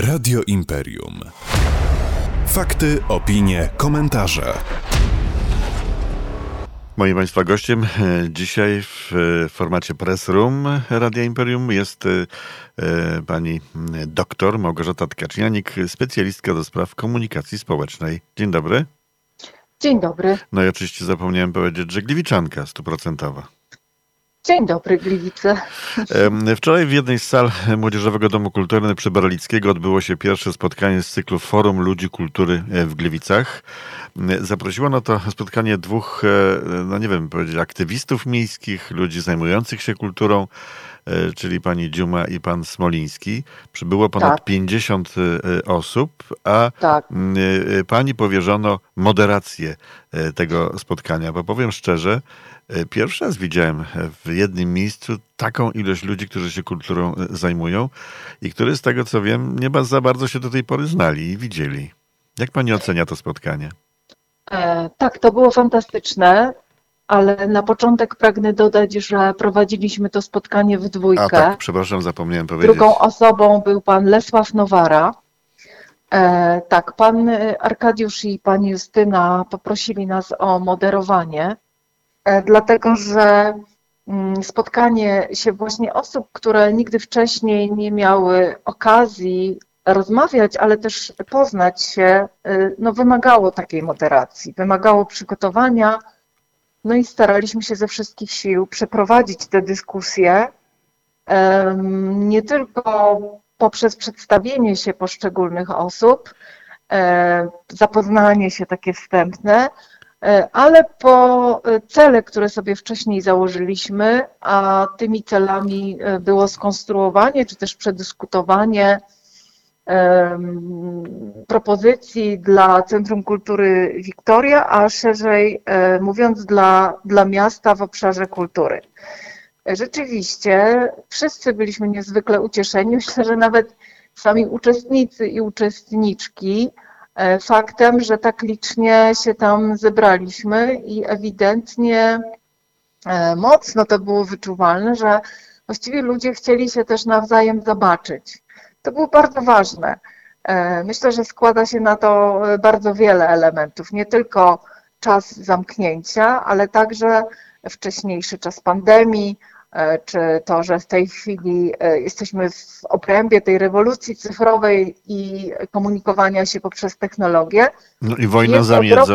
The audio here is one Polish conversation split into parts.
Radio Imperium. Fakty, opinie, komentarze. Moim Państwa gościem dzisiaj w formacie Press Room Radia Imperium jest pani doktor Małgorzata Tkaczynianik, specjalistka do spraw komunikacji społecznej. Dzień dobry. Dzień dobry. No i oczywiście zapomniałem powiedzieć, że gliwiczanka 100%. Dzień dobry, Gliwice. Wczoraj w jednej z sal Młodzieżowego Domu Kultury przy Barlickiego odbyło się pierwsze spotkanie z cyklu Forum Ludzi Kultury w Gliwicach. Zaprosiło na to spotkanie dwóch, no nie wiem, powiedzieć, aktywistów miejskich, ludzi zajmujących się kulturą, czyli pani Dziuma i pan Smoliński. Przybyło ponad 50 osób, a pani powierzono moderację tego spotkania, bo powiem szczerze, pierwszy raz widziałem w jednym miejscu taką ilość ludzi, którzy się kulturą zajmują i którzy z tego co wiem nie za bardzo się do tej pory znali i widzieli. Jak pani ocenia to spotkanie? Tak, to było fantastyczne, ale na początek pragnę dodać, że prowadziliśmy to spotkanie w dwójkę. A tak, przepraszam, zapomniałem powiedzieć. Drugą osobą był pan Lesław Nowara. Tak, pan Arkadiusz i pani Justyna poprosili nas o moderowanie, dlatego że spotkanie się właśnie osób, które nigdy wcześniej nie miały okazji rozmawiać, ale też poznać się, no wymagało takiej moderacji, wymagało przygotowania, no i staraliśmy się ze wszystkich sił przeprowadzić tę dyskusję, nie tylko poprzez przedstawienie się poszczególnych osób, zapoznanie się takie wstępne, ale po cele, które sobie wcześniej założyliśmy, a tymi celami było skonstruowanie czy też przedyskutowanie propozycji dla Centrum Kultury Wiktoria, a szerzej mówiąc dla miasta w obszarze kultury. Rzeczywiście wszyscy byliśmy niezwykle ucieszeni, myślę, że nawet sami uczestnicy i uczestniczki, faktem, że tak licznie się tam zebraliśmy i ewidentnie mocno to było wyczuwalne, że właściwie ludzie chcieli się też nawzajem zobaczyć. To było bardzo ważne. Myślę, że składa się na to bardzo wiele elementów, nie tylko czas zamknięcia, ale także wcześniejszy czas pandemii, czy to, że w tej chwili jesteśmy w obrębie tej rewolucji cyfrowej i komunikowania się poprzez technologię. No i wojna za miedzą,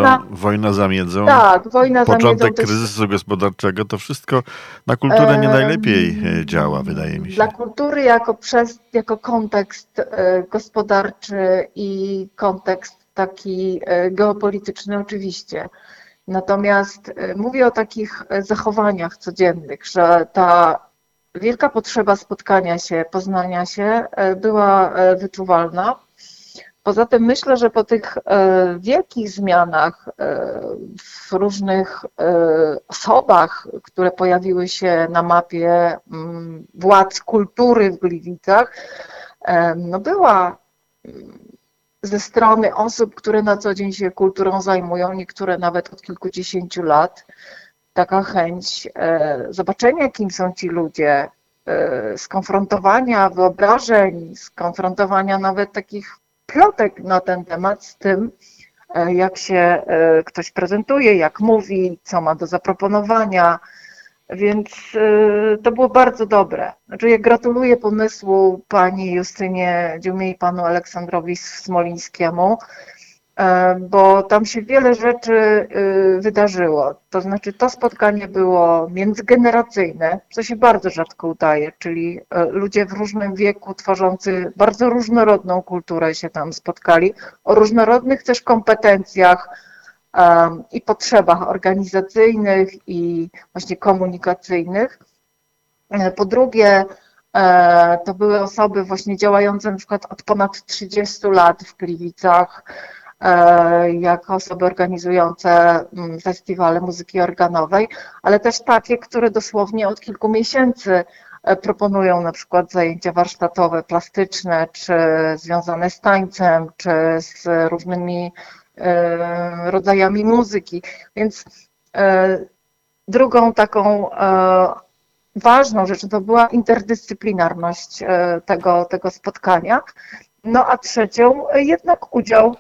tak, wojna początek za miedzą kryzysu gospodarczego, to wszystko na kulturę nie najlepiej działa, wydaje mi się. Dla kultury jako kontekst gospodarczy i kontekst taki geopolityczny oczywiście. Natomiast mówię o takich zachowaniach codziennych, że ta wielka potrzeba spotkania się, poznania się była wyczuwalna. Poza tym myślę, że po tych wielkich zmianach w różnych osobach, które pojawiły się na mapie władz kultury w Gliwicach, no była ze strony osób, które na co dzień się kulturą zajmują, niektóre nawet od kilkudziesięciu lat, taka chęć zobaczenia, kim są ci ludzie, skonfrontowania wyobrażeń, skonfrontowania nawet takich plotek na ten temat z tym, jak się ktoś prezentuje, jak mówi, co ma do zaproponowania. Więc to było bardzo dobre. Znaczy ja gratuluję pomysłu pani Justynie Dziumie i panu Aleksandrowi Smolińskiemu, bo tam się wiele rzeczy wydarzyło. To znaczy to spotkanie było międzygeneracyjne, co się bardzo rzadko udaje, czyli ludzie w różnym wieku tworzący bardzo różnorodną kulturę się tam spotkali, o różnorodnych też kompetencjach i potrzebach organizacyjnych i właśnie komunikacyjnych. Po drugie, to były osoby właśnie działające na przykład od ponad 30 lat w Gliwicach, jako osoby organizujące festiwale muzyki organowej, ale też takie, które dosłownie od kilku miesięcy proponują na przykład zajęcia warsztatowe, plastyczne, czy związane z tańcem, czy z różnymi rodzajami muzyki. Więc drugą taką ważną rzeczą to była interdyscyplinarność tego spotkania. No a trzecią jednak udział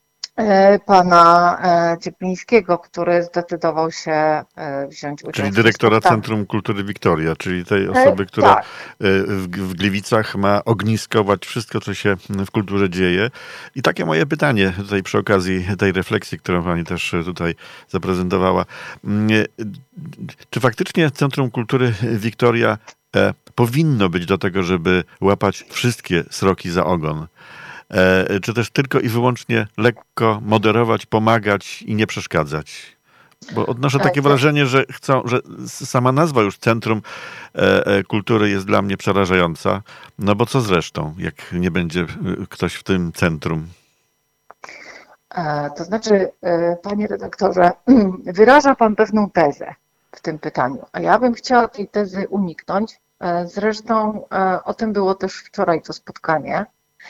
pana Cieplińskiego, który zdecydował się wziąć udział Czyli w tym dyrektora spotkaniu. Centrum Kultury Wiktoria, czyli tej osoby, która Tak. w Gliwicach ma ogniskować wszystko, co się w kulturze dzieje. I takie moje pytanie tutaj przy okazji tej refleksji, którą pani też tutaj zaprezentowała. Czy faktycznie Centrum Kultury Wiktoria powinno być do tego, żeby łapać wszystkie sroki za ogon? Czy też tylko i wyłącznie lekko moderować, pomagać i nie przeszkadzać? Bo odnoszę takie wrażenie, że sama nazwa już Centrum Kultury jest dla mnie przerażająca. No bo co zresztą, jak nie będzie ktoś w tym centrum? To znaczy, panie redaktorze, wyraża pan pewną tezę w tym pytaniu, a ja bym chciała tej tezy uniknąć. Zresztą o tym było też wczoraj to spotkanie.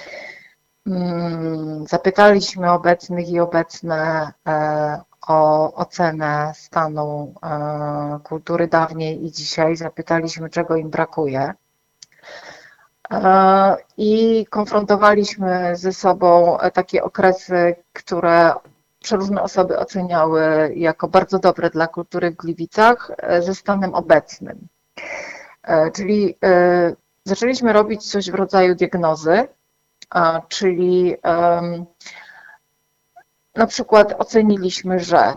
Zapytaliśmy obecnych i obecne o ocenę stanu kultury dawniej i dzisiaj. Zapytaliśmy, czego im brakuje. I konfrontowaliśmy ze sobą takie okresy, które przeróżne osoby oceniały jako bardzo dobre dla kultury w Gliwicach, ze stanem obecnym. Czyli zaczęliśmy robić coś w rodzaju diagnozy, czyli na przykład oceniliśmy, że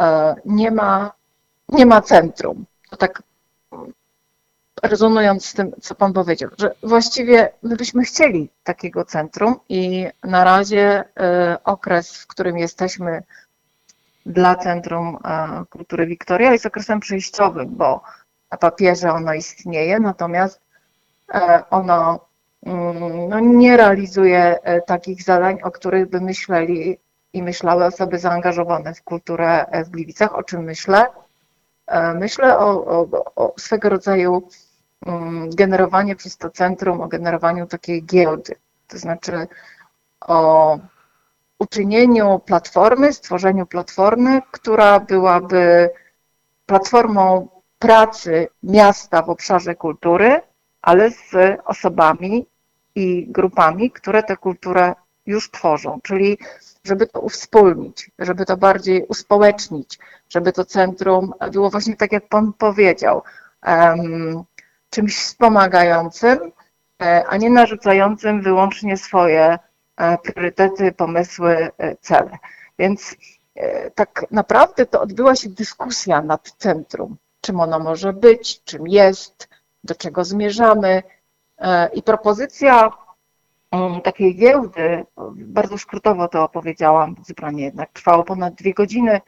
nie ma centrum. To tak rezonując z tym, co pan powiedział, że właściwie my byśmy chcieli takiego centrum i na razie okres, w którym jesteśmy dla Centrum Kultury Wiktoria jest okresem przejściowym, bo na papierze ono istnieje, natomiast ono nie realizuje takich zadań, o których by myśleli i myślały osoby zaangażowane w kulturę w Gliwicach. O czym myślę? Myślę o swego rodzaju generowanie przez to centrum, o generowaniu takiej giełdy, to znaczy o uczynieniu platformy, stworzeniu platformy, która byłaby platformą pracy miasta w obszarze kultury, ale z osobami i grupami, które tę kulturę już tworzą, czyli żeby to uwspólnić, żeby to bardziej uspołecznić, żeby to centrum było właśnie tak, jak pan powiedział, czymś wspomagającym, a nie narzucającym wyłącznie swoje priorytety, pomysły, cele. Więc tak naprawdę to odbyła się dyskusja nad centrum, czym ono może być, czym jest, do czego zmierzamy. I propozycja takiej giełdy, bardzo skrótowo to opowiedziałam, zebranie jednak trwało ponad 2 godziny,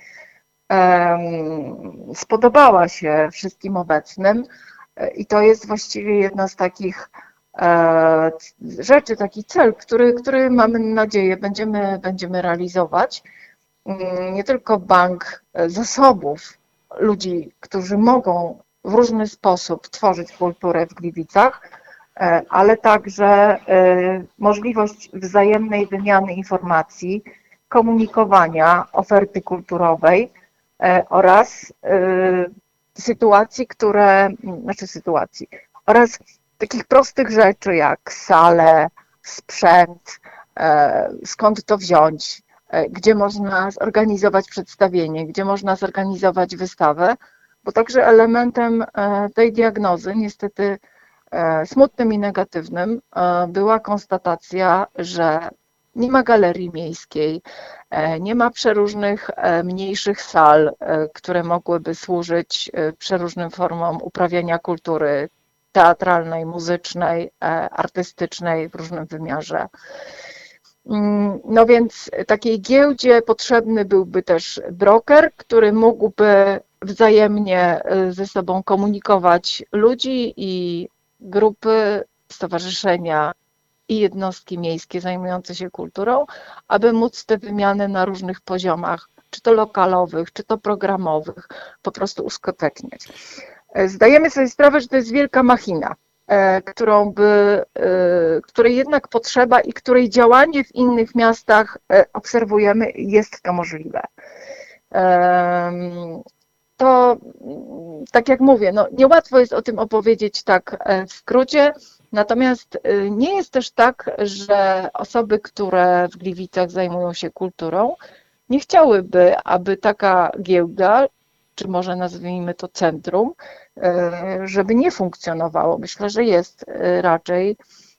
spodobała się wszystkim obecnym i to jest właściwie jedna z takich rzeczy, taki cel, który mamy nadzieję będziemy realizować. Nie tylko bank zasobów ludzi, którzy mogą w różny sposób tworzyć kulturę w Gliwicach, ale także możliwość wzajemnej wymiany informacji, komunikowania oferty kulturowej oraz oraz takich prostych rzeczy jak sale, sprzęt, skąd to wziąć, gdzie można zorganizować przedstawienie, gdzie można zorganizować wystawę, bo także elementem tej diagnozy, niestety smutnym i negatywnym, była konstatacja, że nie ma galerii miejskiej, nie ma przeróżnych mniejszych sal, które mogłyby służyć przeróżnym formom uprawiania kultury teatralnej, muzycznej, artystycznej w różnym wymiarze. No więc takiej giełdzie potrzebny byłby też broker, który mógłby wzajemnie ze sobą komunikować ludzi i grupy, stowarzyszenia i jednostki miejskie zajmujące się kulturą, aby móc te wymiany na różnych poziomach, czy to lokalowych, czy to programowych, po prostu uskuteczniać. Zdajemy sobie sprawę, że to jest wielka machina, której jednak potrzeba i której działanie w innych miastach obserwujemy, jest to możliwe. To, tak jak mówię, no, niełatwo jest o tym opowiedzieć tak w skrócie. Natomiast nie jest też tak, że osoby, które w Gliwicach zajmują się kulturą, nie chciałyby, aby taka giełda, czy może nazwijmy to centrum, żeby nie funkcjonowało. Myślę, że jest raczej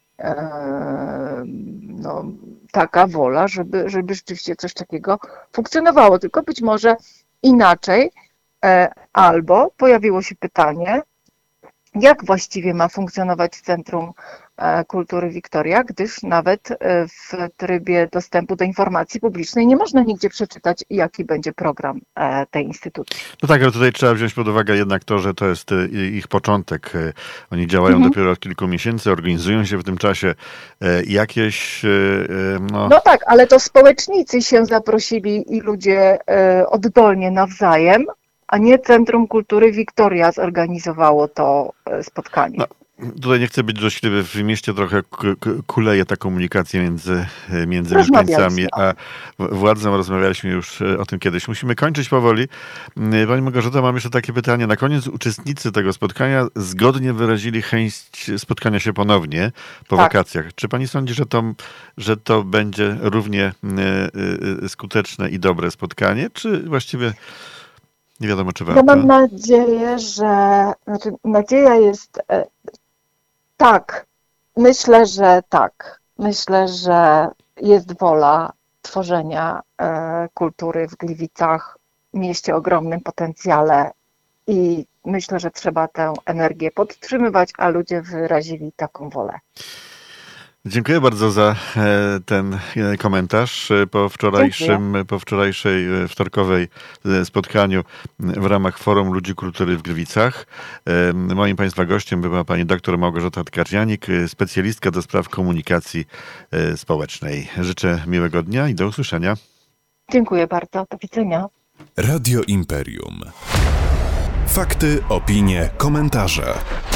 taka wola, żeby rzeczywiście coś takiego funkcjonowało, tylko być może inaczej, albo pojawiło się pytanie, jak właściwie ma funkcjonować Centrum Kultury Wiktoria, gdyż nawet w trybie dostępu do informacji publicznej nie można nigdzie przeczytać, jaki będzie program tej instytucji. No tak, ale tutaj trzeba wziąć pod uwagę jednak to, że to jest ich początek. Oni działają dopiero od kilku miesięcy, organizują się w tym czasie jakieś... No tak, ale to społecznicy się zaprosili i ludzie oddolnie nawzajem, a nie Centrum Kultury Wiktoria zorganizowało to spotkanie. No, tutaj nie chcę być złośliwy, w mieście trochę kuleje ta komunikacja między mieszkańcami a władzą. Rozmawialiśmy już o tym kiedyś. Musimy kończyć powoli. Pani Małgorzata, mam jeszcze takie pytanie. Na koniec uczestnicy tego spotkania zgodnie wyrazili chęć spotkania się ponownie po wakacjach. Czy pani sądzi, że to będzie równie skuteczne i dobre spotkanie, czy właściwie nie wiadomo, czy warto? Ja mam nadzieję, nadzieja jest tak. Myślę, że tak. Myślę, że jest wola tworzenia kultury w Gliwicach, mieście o ogromnym potencjale i myślę, że trzeba tę energię podtrzymywać, a ludzie wyrazili taką wolę. Dziękuję bardzo za ten komentarz po wczorajszej wtorkowej spotkaniu w ramach Forum Ludzi Kultury w Gliwicach. Moim państwa gościem była pani dr Małgorzata Tkardzianik, specjalistka do spraw komunikacji społecznej. Życzę miłego dnia i do usłyszenia. Dziękuję bardzo. Do widzenia. Radio Imperium. Fakty, opinie, komentarze.